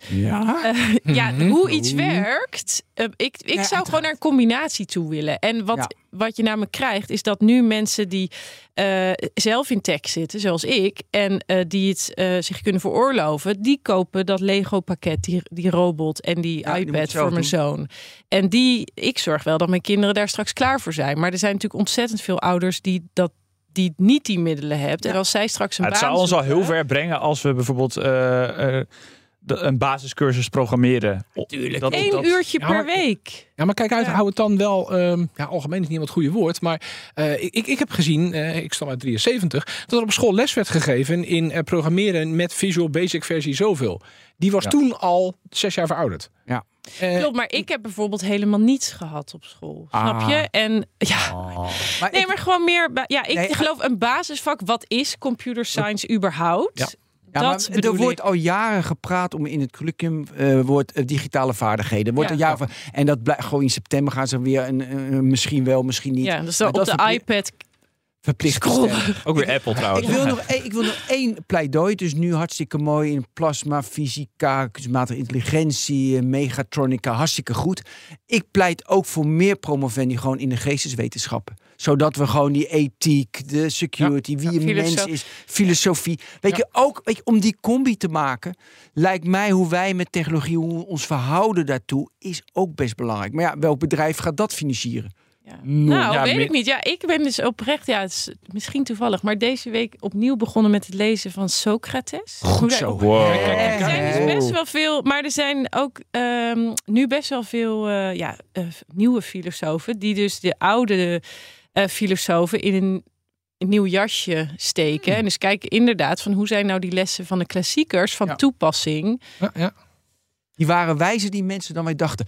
Hoe iets werkt. Ik zou gewoon naar een combinatie toe willen. En wat je namelijk krijgt, is dat nu mensen die zelf in tech zitten, zoals ik, en die het zich kunnen veroorloven, die kopen dat Lego-pakket, die robot en die iPad voor mijn zoon. En ik zorg wel dat mijn kinderen daar straks klaar voor zijn. Maar er zijn natuurlijk ontzettend veel ouders die niet die middelen hebben. En als zij straks een baan zou ons al heel ver brengen als we bijvoorbeeld een basiscursus programmeren. Natuurlijk. 1 uurtje per week. Ja, maar kijk uit, hou het dan wel... algemeen is niet wat het goede woord. Maar ik heb gezien, ik stam uit 73... dat er op school les werd gegeven in programmeren met Visual Basic versie zoveel. Die was toen al 6 jaar verouderd. Ja. Klopt, maar ik heb bijvoorbeeld helemaal niets gehad op school. Snap je? En maar gewoon meer... Ik geloof een basisvak. Wat is computer science überhaupt? Ja. Ja, maar er wordt al jaren gepraat om in het curriculum digitale vaardigheden. En dat blijft gewoon in september gaan ze weer misschien wel, misschien niet. Ja, dus op de iPad verplicht. Ook weer Apple trouwens. Ik wil nog 1 pleidooi. Dus nu hartstikke mooi in plasma, fysica, kunstmatige intelligentie, mechatronica, hartstikke goed. Ik pleit ook voor meer promovendi gewoon in de geesteswetenschappen. Zodat we gewoon die ethiek, de security, wie een mens is, filosofie. Weet je, om die combi te maken, lijkt mij hoe wij met technologie, hoe we ons verhouden daartoe, is ook best belangrijk. Maar ja, welk bedrijf gaat dat financieren? Ja. Nou, weet ik niet. Ja, ik ben dus oprecht, het is misschien toevallig, maar deze week opnieuw begonnen met het lezen van Socrates. Goed zo. Wow. Er zijn dus best wel veel, maar er zijn ook nu best wel veel nieuwe filosofen die dus de oude filosofen in een nieuw jasje steken. En dus kijken inderdaad van hoe zijn nou die lessen van de klassiekers van toepassing. Ja. Die waren wijzer die mensen dan wij dachten.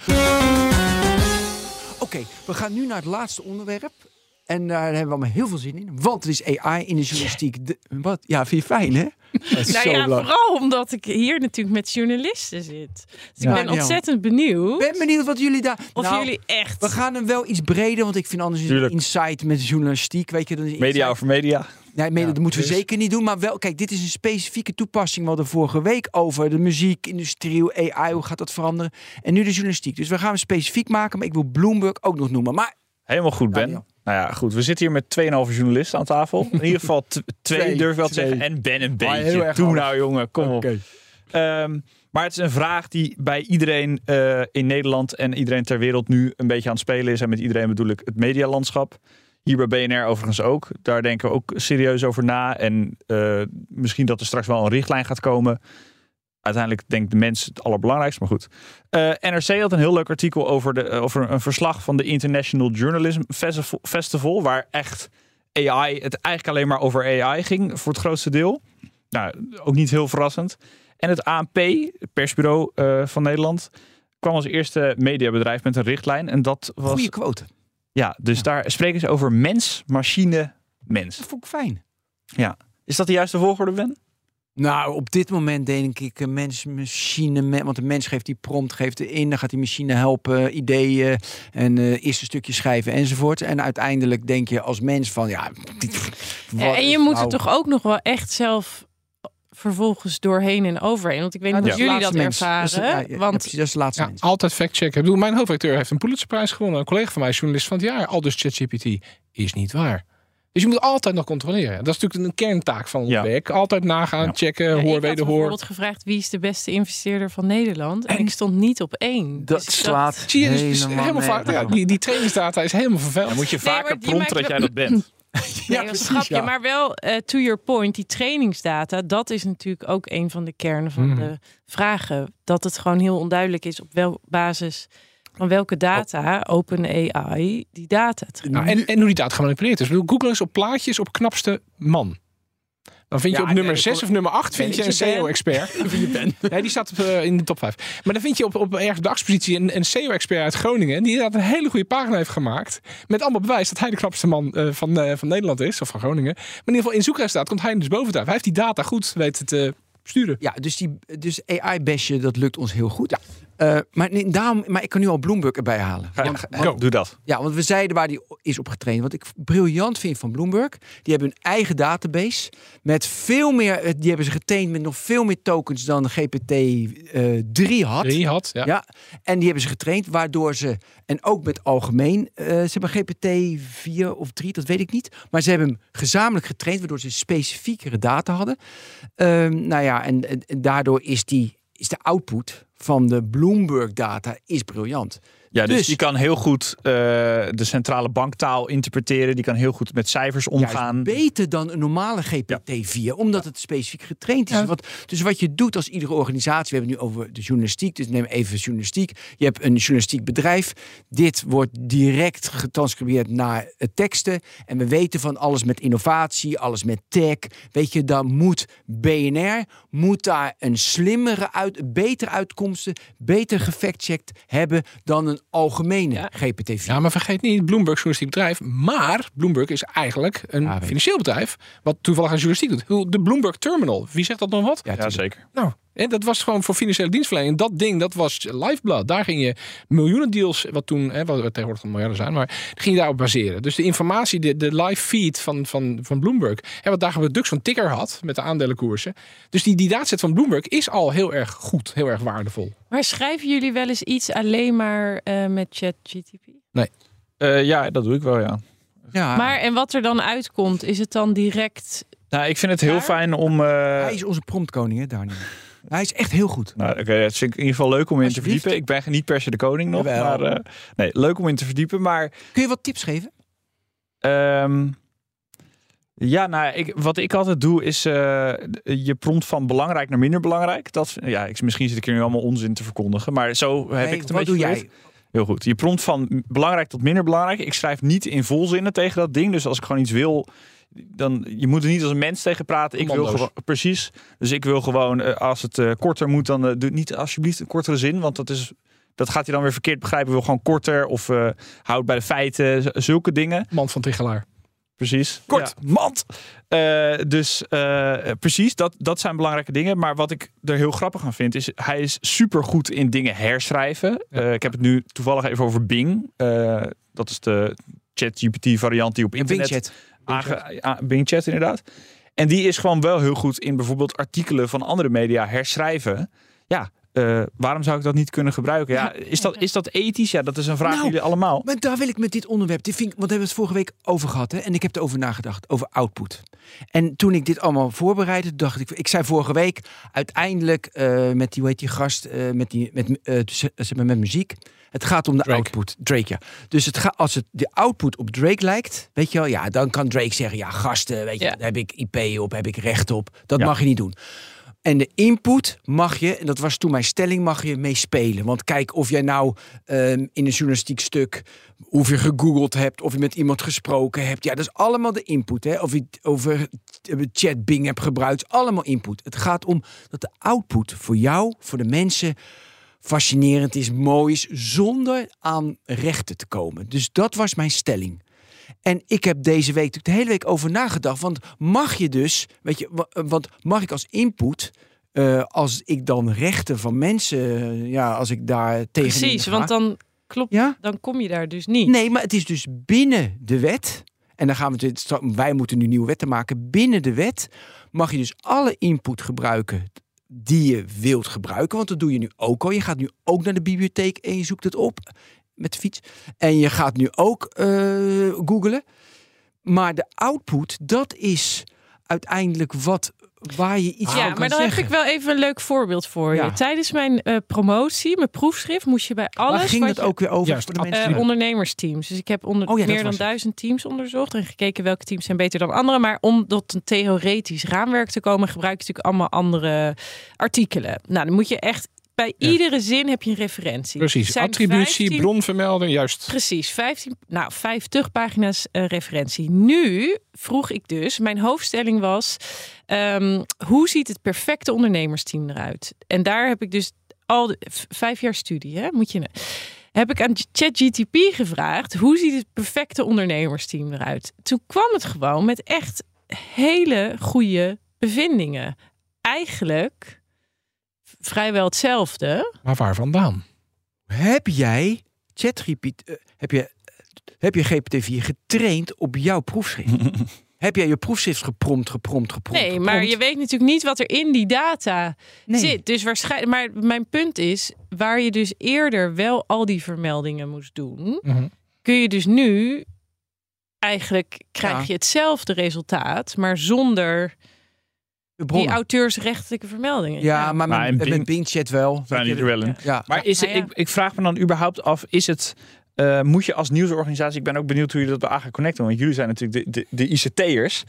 Oké, we gaan nu naar het laatste onderwerp. En daar hebben we allemaal heel veel zin in. Want er is AI in de journalistiek. Wat? Ja, vind je fijn, hè? Vooral omdat ik hier natuurlijk met journalisten zit. Dus ik ben ontzettend benieuwd. Ik ben benieuwd wat jullie daar... jullie echt... We gaan hem wel iets breder, want ik vind anders een insight met journalistiek. Weet je, dat is media over media. Nee, dat moeten we zeker niet doen. Maar wel, kijk, dit is een specifieke toepassing. We hadden vorige week over de muziekindustrie, AI, hoe gaat dat veranderen? En nu de journalistiek. Dus we gaan hem specifiek maken, maar ik wil Bloomberg ook nog noemen. Maar... Helemaal goed, Ben. Nou ja, goed. We zitten hier met 2,5 journalisten aan tafel. In ieder geval twee durf ik wel te zeggen. En Ben een beetje. Doe nou, jongen. Kom op. Maar het is een vraag die bij iedereen in Nederland en iedereen ter wereld nu een beetje aan het spelen is. En met iedereen bedoel ik het medialandschap. Hier bij BNR overigens ook. Daar denken we ook serieus over na. En misschien dat er straks wel een richtlijn gaat komen. Uiteindelijk denkt de mens het allerbelangrijkste, maar goed. NRC had een heel leuk artikel over een verslag van de International Journalism Festival, waar echt AI, het eigenlijk alleen maar over AI ging, voor het grootste deel. Nou, ook niet heel verrassend. En het ANP, het persbureau van Nederland, kwam als eerste mediabedrijf met een richtlijn. En dat was... Goeie quote. Ja, dus daar spreken ze over mens, machine, mens. Dat vond ik fijn. Ja. Is dat de juiste volgorde, Ben? Nou, op dit moment denk ik mens, machine, want de mens geeft die prompt, geeft erin, dan gaat die machine helpen, ideeën en eerste stukje schrijven enzovoort. En uiteindelijk denk je als mens van en je moet er toch ook nog wel echt zelf vervolgens doorheen en overheen. Want ik weet niet of jullie dat ervaren. Dat is de laatste mens. Altijd factchecken. Ik bedoel, mijn hoofdredacteur heeft een Pulitzerprijs gewonnen. Een collega van mij, journalist van het jaar. Aldus ChatGPT is niet waar. Dus je moet altijd nog controleren. Dat is natuurlijk een kerntaak van ons werk. Altijd nagaan, checken, hoor, wederhoor. Ik had bijvoorbeeld gevraagd wie is de beste investeerder van Nederland. En ik stond niet op 1. Dat slaat zie je, dus helemaal vaak. Die trainingsdata is helemaal vervuild. Dan moet je vaker prompten dat jij dat bent. Ja, precies, grapje. Maar wel, to your point, die trainingsdata, dat is natuurlijk ook een van de kernen van de vragen. Dat het gewoon heel onduidelijk is op welke basis van welke data OpenAI die data en hoe die data gemanipuleerd is. Google eens op plaatjes op knapste man. Dan vind je op nummer 6 of nummer 8 vind je een SEO-expert. Nee, die staat in de top 5. Maar dan vind je op ergens de actiepositie een SEO-expert uit Groningen. Die inderdaad een hele goede pagina heeft gemaakt. Met allemaal bewijs dat hij de knapste man van Nederland is. Of van Groningen. Maar in ieder geval in zoekresultaat komt hij dus bovendrijven. Hij heeft die data goed weten te sturen. Ja, dus AI-bashen, dat lukt ons heel goed. Ja. Maar ik kan nu al Bloomberg erbij halen. Doe dat. Ja, want we zeiden waar die is op getraind. Wat ik briljant vind van Bloomberg, die hebben hun eigen database met veel meer. Die hebben ze getraind met nog veel meer tokens dan GPT-3 had. Ja. En die hebben ze getraind, waardoor ze en ook met algemeen. Ze hebben GPT-4 of 3, dat weet ik niet. Maar ze hebben hem gezamenlijk getraind, waardoor ze specifiekere data hadden. En daardoor is de output van de Bloomberg data is briljant. Ja, dus die kan heel goed de centrale banktaal interpreteren. Die kan heel goed met cijfers omgaan. Juist beter dan een normale GPT-4, omdat het specifiek getraind is. Ja. Dus wat je doet als iedere organisatie, we hebben het nu over de journalistiek, dus neem even journalistiek. Je hebt een journalistiek bedrijf. Dit wordt direct getranscribeerd naar teksten. En we weten van alles met innovatie, alles met tech. Weet je, dan moet BNR daar een betere uitkomsten, beter gefactcheckt hebben dan een algemene GPT-4. Ja, maar vergeet niet, Bloomberg journalistiek bedrijf. Maar Bloomberg is eigenlijk een financieel bedrijf wat toevallig aan journalistiek doet. De Bloomberg Terminal. Wie zegt dat nog wat? Ja, zeker. Nou, en dat was gewoon voor financiële dienstverlening. Dat ding, dat was lifeblood. Daar ging je miljoenen deals, wat toen, wat tegenwoordig miljarden zijn, maar ging je daarop baseren. Dus de informatie, de live feed van Bloomberg, wat daar we Dux zo'n ticker had met de aandelenkoersen. Dus die dataset van Bloomberg is al heel erg goed, heel erg waardevol. Maar schrijven jullie wel eens iets alleen maar met ChatGPT? Nee. Ja, dat doe ik wel, ja. Ja. Maar en wat er dan uitkomt, is het dan direct... Nou, ik vind het heel fijn om... Hij is onze promptkoning, hè, Daniel? Hij is echt heel goed. Nou, oké, het vind ik in ieder geval leuk om in te Alsjeblieft. verdiepen. Ik ben niet per se de koning nog, Jawel. maar nee, leuk om in te verdiepen. Maar Kun je wat tips geven? ja, nou, wat ik altijd doe is je prompt van belangrijk naar minder belangrijk. Misschien zit ik hier nu allemaal onzin te verkondigen, maar zo heb ik het een wat beetje doe geleerd. jij? Heel goed. Je prompt van belangrijk tot minder belangrijk. Ik schrijf niet in volzinnen tegen dat ding. Dus als ik gewoon iets wil, dan je moet er niet als een mens tegen praten. Ik wil Commando's. gewoon precies. Dus ik wil gewoon als het korter moet, dan doe niet alsjeblieft een kortere zin, want dat gaat hij dan weer verkeerd begrijpen. Ik wil gewoon korter of houd bij de feiten, zulke dingen. Man van Tichelaar. Precies. Kort, mand! Precies, dat zijn belangrijke dingen. Maar wat ik er heel grappig aan vind, is hij is super goed in dingen herschrijven. Ik heb het nu toevallig even over Bing. Dat is de ChatGPT variant die op internet... Bing Chat inderdaad. En die is gewoon wel heel goed in bijvoorbeeld artikelen van andere media herschrijven. Ja, waarom zou ik dat niet kunnen gebruiken? Ja, is dat ethisch? Ja, dat is een vraag Nou, voor jullie allemaal. Maar daar wil ik met dit onderwerp, want daar hebben we het vorige week over gehad. Hè? En ik heb erover nagedacht, over output. En toen ik dit allemaal voorbereidde, dacht ik zei vorige week, uiteindelijk met die, hoe heet die gast, met muziek. Het gaat om de Drake. output. Drake, ja. Dus als het de output op Drake lijkt, weet je wel, ja, dan kan Drake zeggen, ja, gasten, weet je, daar heb ik IP op, heb ik recht op. Dat mag je niet doen. En de input mag je, en dat was toen mijn stelling, mag je mee spelen. Want kijk, of jij nou in een journalistiek stuk, of je gegoogeld hebt, of je met iemand gesproken hebt. Ja, dat is allemaal de input. Hè? Of je over chat Bing hebt gebruikt, allemaal input. Het gaat om dat de output voor jou, voor de mensen, fascinerend is, mooi is, zonder aan rechten te komen. Dus dat was mijn stelling. En ik heb deze week de hele week over nagedacht. Want mag je dus, weet je, want mag ik als input, als ik dan rechten van mensen, als ik daar tegen. Precies, want dan klopt, ja? dan kom je daar dus niet. Nee, maar het is dus binnen de wet. En dan gaan wij moeten nu nieuwe wetten maken. Binnen de wet mag je dus alle input gebruiken die je wilt gebruiken. Want dat doe je nu ook al. Je gaat nu ook naar de bibliotheek en je zoekt het op. Met de fiets. En je gaat nu ook googlen. Maar de output, dat is uiteindelijk waar je iets van kan maar dan zeggen. heb ik wel even een leuk voorbeeld voor Ja. je. Tijdens mijn promotie, mijn proefschrift, moest je bij alles... Waar ging wat dat ook weer over? Juist, Voor de mensen die- ondernemersteams. Dus ik heb dat meer was dan het. 1000 teams onderzocht en gekeken welke teams zijn beter dan andere. Maar om tot een theoretisch raamwerk te komen, gebruik je natuurlijk allemaal andere artikelen. Nou, dan moet je echt bij iedere zin heb je een referentie. Precies. Het zijn Attributie, 15 bronvermelding, juist. Precies, 50 pagina's referentie. Nu vroeg ik dus, mijn hoofdstelling was, hoe ziet het perfecte ondernemersteam eruit? En daar heb ik dus al 5 jaar studie, hè, heb ik aan ChatGPT gevraagd, hoe ziet het perfecte ondernemersteam eruit? Toen kwam het gewoon met echt hele goede bevindingen. Eigenlijk vrijwel hetzelfde. Maar waar vandaan? Heb jij ChatGPT, heb je GPT-4 getraind op jouw proefschrift? Heb jij je proefschrift geprompt? Nee, maar je weet natuurlijk niet wat er in die data Nee. zit. Dus waarschijnlijk. Maar mijn punt is, waar je dus eerder wel al die vermeldingen moest doen, kun je dus nu eigenlijk krijg je hetzelfde resultaat, maar zonder die auteursrechtelijke vermeldingen. Ja, maar Maar met Bing Chat wel. Zijn die er wel in. Ja. Maar ik vraag me dan überhaupt af, is het... moet je als nieuwsorganisatie, ik ben ook benieuwd hoe jullie dat bij AG Connect doen, want jullie zijn natuurlijk de ICT'ers.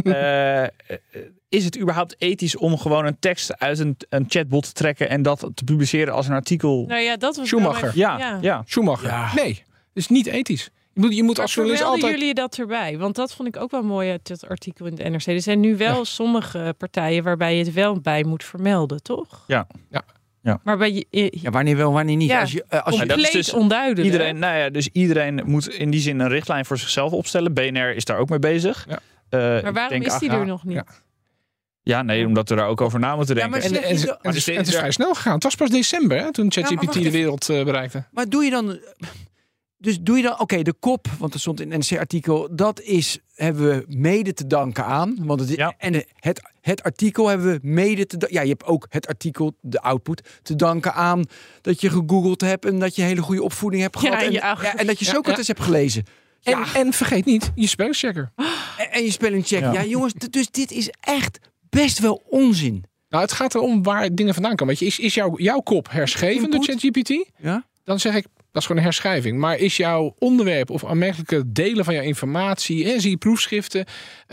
Is het überhaupt ethisch om gewoon een tekst uit een chatbot te trekken en dat te publiceren als een artikel? Nou ja, dat was Schumacher. Ja. Schumacher. Ja. Nee, dat is niet ethisch. Je moet als journalist vermelden altijd... jullie dat erbij? Want dat vond ik ook wel mooi uit het artikel in de NRC. Er zijn nu wel sommige partijen waarbij je het wel bij moet vermelden, toch? Ja. Maar bij Ja, wanneer wel, wanneer niet. Ja. Als je compleet dat is dus onduidelijk. Iedereen moet in die zin een richtlijn voor zichzelf opstellen. BNR is daar ook mee bezig. Ja. Maar waarom is die er nog niet? Ja. Nee, omdat we daar ook over na moeten Ja, denken. maar Het is vrij snel gegaan. Het was pas december hè, toen maar ChatGPT wacht de even. wereld bereikte. Maar doe je dan... Dus doe je dan... Oké, de kop, want er stond in een NRC-artikel... hebben we mede te danken aan. Want het artikel hebben we mede te danken... Ja, je hebt ook het artikel, de output... te danken aan dat je gegoogeld hebt... en dat je hele goede opvoeding hebt gehad. Ja, en dat je Socrates hebt gelezen. En vergeet niet je spellingschecker. En je spellingcheck. Ja, jongens, dus dit is echt best wel onzin. Nou, het gaat erom waar dingen vandaan komen. Weet je, is jouw kop herschreven door ChatGPT? Ja? Dan zeg ik, dat is gewoon een herschrijving. Maar is jouw onderwerp of aanmerkelijke delen van jouw informatie, zie je proefschriften,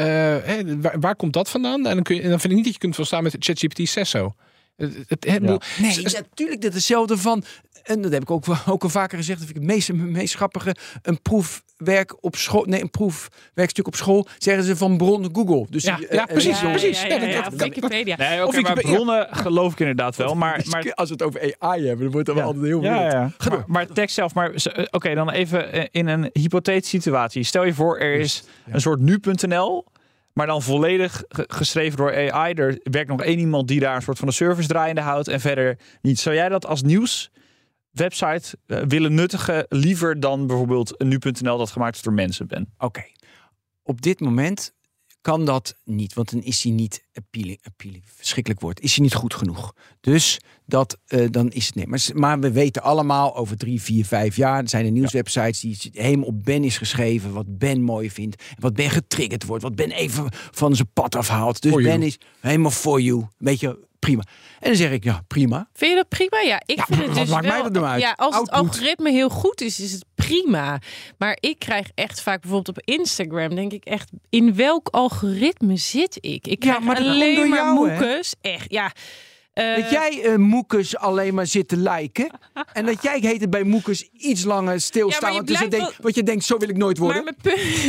waar komt dat vandaan? En dan vind ik niet dat je kunt volstaan met ChatGPT says so. Nee, natuurlijk dit hetzelfde van. En dat heb ik ook al vaker gezegd. Dat vind ik het meest grappige. Een proefwerk op school. Nee, een proefwerkstuk op school. Zeggen ze van bron Google. Dus precies. Wikipedia. Nee, oké, maar bronnen geloof ik inderdaad wel. Maar als we het over AI hebben, dan wordt dat wel altijd heel veel. Maar tekst zelf. Maar oké, dan even in een hypothetische situatie. Stel je voor, er is een soort nu.nl. Maar dan volledig geschreven door AI. Er werkt nog één iemand die daar een soort van de service draaiende houdt. En verder niet. Zou jij dat als nieuwswebsite willen nuttigen? Liever dan bijvoorbeeld een nu.nl dat gemaakt is door mensen ben? Oké. Op dit moment kan dat niet. Want dan is hij niet appealing, verschrikkelijk woord. Is hij niet goed genoeg. Dus dan is het nee. Maar we weten allemaal over 3, 4, 5 jaar. Er zijn er nieuwswebsites die helemaal op Ben is geschreven. Wat Ben mooi vindt. Wat Ben getriggerd wordt. Wat Ben even van zijn pad afhaalt. Dus Ben is helemaal for you. Weet je, prima. En dan zeg ik, prima. Vind je dat prima? Ja, ik vind het dus maakt wel, mij dat nou uit? Ja, als het algoritme heel goed is het prima. Maar ik krijg echt vaak bijvoorbeeld op Instagram, denk ik echt, in welk algoritme zit ik? Ik krijg maar alleen maar jou, moekes. Echt, ja. Dat jij moekes alleen maar zit te liken. En dat jij heet het bij moekes iets langer stilstaan. Want je denkt, zo wil ik nooit worden. Maar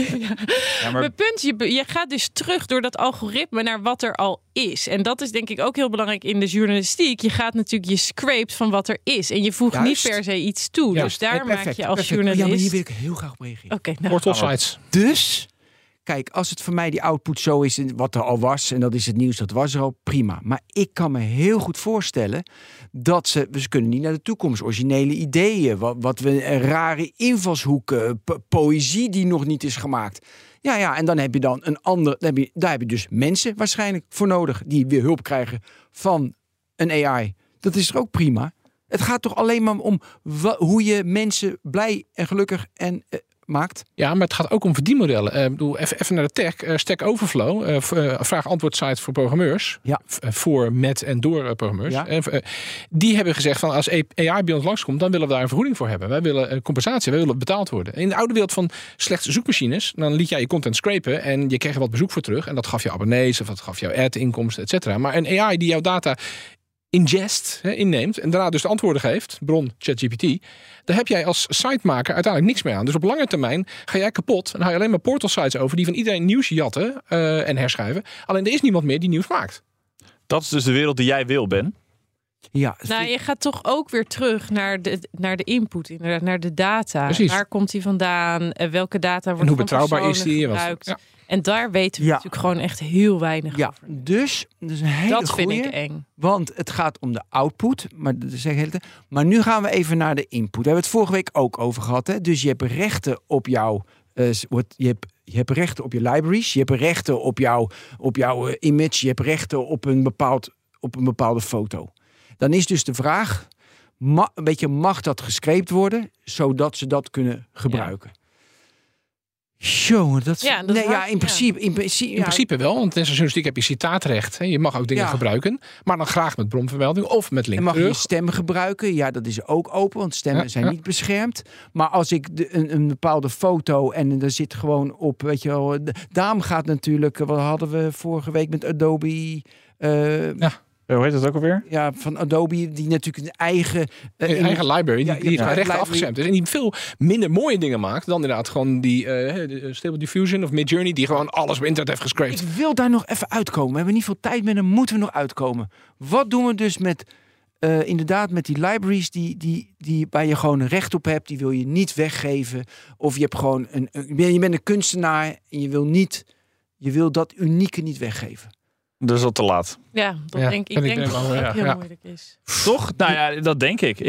mijn punt, je gaat dus terug door dat algoritme naar wat er al is. En dat is denk ik ook heel belangrijk in de journalistiek. Je gaat natuurlijk, je scrapt van wat er is. En je voegt niet per se iets toe. Dus daar maak je als journalist. Ja, maar hier wil ik heel graag op reageren. Okay, Portal sites. Dus, kijk, als het voor mij die output zo is wat er al was, en dat is het nieuws, dat was er al, prima. Maar ik kan me heel goed voorstellen dat ze kunnen niet naar de toekomst, originele ideeën, wat we rare invalshoeken, poëzie die nog niet is gemaakt. Ja, en dan heb je dan een ander, daar heb je dus mensen waarschijnlijk voor nodig die weer hulp krijgen van een AI. Dat is er ook prima. Het gaat toch alleen maar om hoe je mensen blij en gelukkig en maakt. Ja, maar het gaat ook om verdienmodellen. Even naar de tech. Stack Overflow, vraag-antwoord site voor programmeurs. Ja. Voor, met en door programmeurs. Ja. Die hebben gezegd van als AI bij ons langskomt, dan willen we daar een vergoeding voor hebben. Wij willen compensatie, wij willen betaald worden. In de oude wereld van slechte zoekmachines, dan liet jij je content scrapen en je kreeg er wat bezoek voor terug. En dat gaf je abonnees of dat gaf jou ad-inkomsten, et cetera. Maar een AI die jouw data inneemt en daarna dus de antwoorden geeft, bron ChatGPT, daar heb jij als sitemaker uiteindelijk niks meer aan. Dus op lange termijn ga jij kapot en hou je alleen maar portal sites over die van iedereen nieuws jatten en herschrijven. Alleen er is niemand meer die nieuws maakt. Dat is dus de wereld die jij wil, Ben. Ja. Nou, je gaat toch ook weer terug naar de input, inderdaad, naar de data. Precies. Waar komt die vandaan? Welke data wordt en hoe betrouwbaar is die? gebruikt? En daar weten we natuurlijk gewoon echt heel weinig over. Dus een hele dat goeie, vind ik eng. Want het gaat om de output. Maar nu gaan we even naar de input. We hebben het vorige week ook over gehad. Hè? Dus je hebt rechten op jouw je hebt rechten op je libraries. Je hebt rechten op jouw image. Je hebt rechten op een bepaalde foto. Dan is dus de vraag, mag dat gescreept worden, zodat ze dat kunnen gebruiken? Jongen, in principe wel, want in journalistiek heb je citaatrecht. Hè? Je mag ook dingen gebruiken, maar dan graag met bronvermelding of met link. En mag terug. je stem gebruiken? Ja, dat is ook open, want stemmen zijn niet beschermd. Maar als ik een bepaalde foto en er zit gewoon op, weet je wel, daarom gaat natuurlijk, wat hadden we vorige week met Adobe? Hoe heet het ook alweer? Ja, van Adobe, die natuurlijk een eigen library, die rechten afgeschermd is. En die veel minder mooie dingen maakt dan inderdaad gewoon die Stable Diffusion of Midjourney, die gewoon alles op internet heeft gescraped. Ik wil daar nog even uitkomen. We hebben niet veel tijd meer, dan moeten we nog uitkomen. Wat doen we dus met inderdaad met die libraries die waar je gewoon een recht op hebt, die wil je niet weggeven. Of je hebt gewoon je bent een kunstenaar en je wil dat unieke niet weggeven. Dat is al te laat. Ja, dat denk ik. Ik denk dat het heel moeilijk is. Toch? Nou ja, dat denk ik.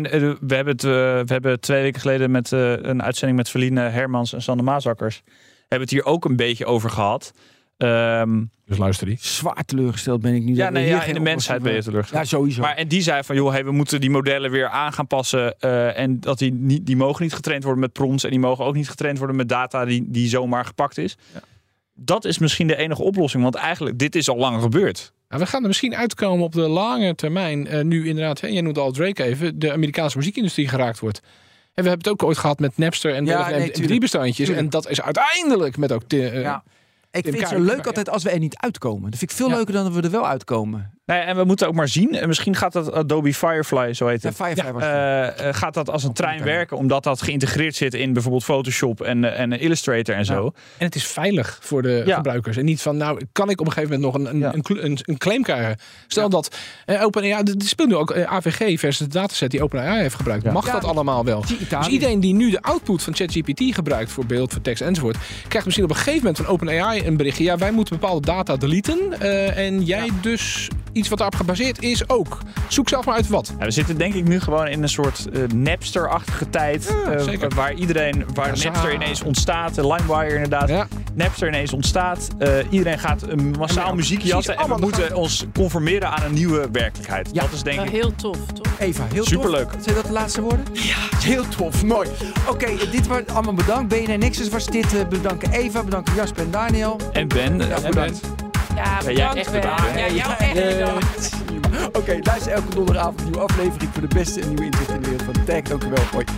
We hebben 2 weken geleden met een uitzending met Verline Hermans en Sander Maasakkers hebben het hier ook een beetje over gehad. Dus luister die. Zwaar teleurgesteld ben ik nu. Ja, dat we hier geen in de mensheid ben je teleurgesteld. Ja, sowieso. En die zei van, we moeten die modellen weer aan gaan passen. En dat die mogen niet getraind worden met prompts. En die mogen ook niet getraind worden met data die zomaar gepakt is. Ja. Dat is misschien de enige oplossing. Want eigenlijk, dit is al lang gebeurd. Nou, we gaan er misschien uitkomen op de lange termijn. Nu inderdaad, jij noemde al Drake even, de Amerikaanse muziekindustrie geraakt wordt. En we hebben het ook ooit gehad met Napster en MP3-bestandjes. En dat is uiteindelijk met ook... Ik vind het zo leuk altijd als we er niet uitkomen. Dat vind ik veel leuker dan dat we er wel uitkomen. Nee, en we moeten ook maar zien. En misschien gaat dat Adobe Firefly, zo heet het. Gaat dat als een trein werken. Omdat dat geïntegreerd zit in bijvoorbeeld Photoshop en Illustrator en zo. En het is veilig voor de gebruikers. En niet van, kan ik op een gegeven moment nog een claim krijgen. Stel dat OpenAI, dit speelt nu ook AVG versus de dataset die OpenAI heeft gebruikt. Mag dat allemaal wel? Dus iedereen die nu de output van ChatGPT gebruikt voor beeld, voor tekst enzovoort, krijgt misschien op een gegeven moment van OpenAI een berichtje. Ja, wij moeten bepaalde data deleten. En jij dus iets wat daarop gebaseerd is ook. Zoek zelf maar uit wat. Ja, we zitten denk ik nu gewoon in een soort Napster-achtige tijd. Waar Napster ineens ontstaat. LimeWire inderdaad. Ja. Napster ineens ontstaat. Iedereen gaat massaal muziek jatten. En we moeten ons conformeren aan een nieuwe werkelijkheid. Ja. Dat is denk ik... Heel tof, toch? Eva, heel superleuk. Tof. Zijn dat de laatste woorden? Ja. Heel tof, mooi. Oké, dit was allemaal bedankt. BNR Nexus was dit. Bedanken Eva, bedanken Jasper en Daniel. En Ben. Bedankt. Ja, bedankt. Echt bedankt. Ja, jou echt bedankt. Oké, luister elke donderdagavond een nieuwe aflevering voor de beste en nieuwe inzichten in de wereld van de tech. Dank u wel. Hoi.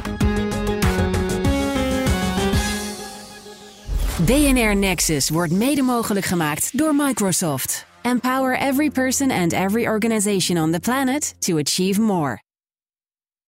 BNR Nexus wordt mede mogelijk gemaakt door Microsoft. Empower every person and every organization on the planet to achieve more.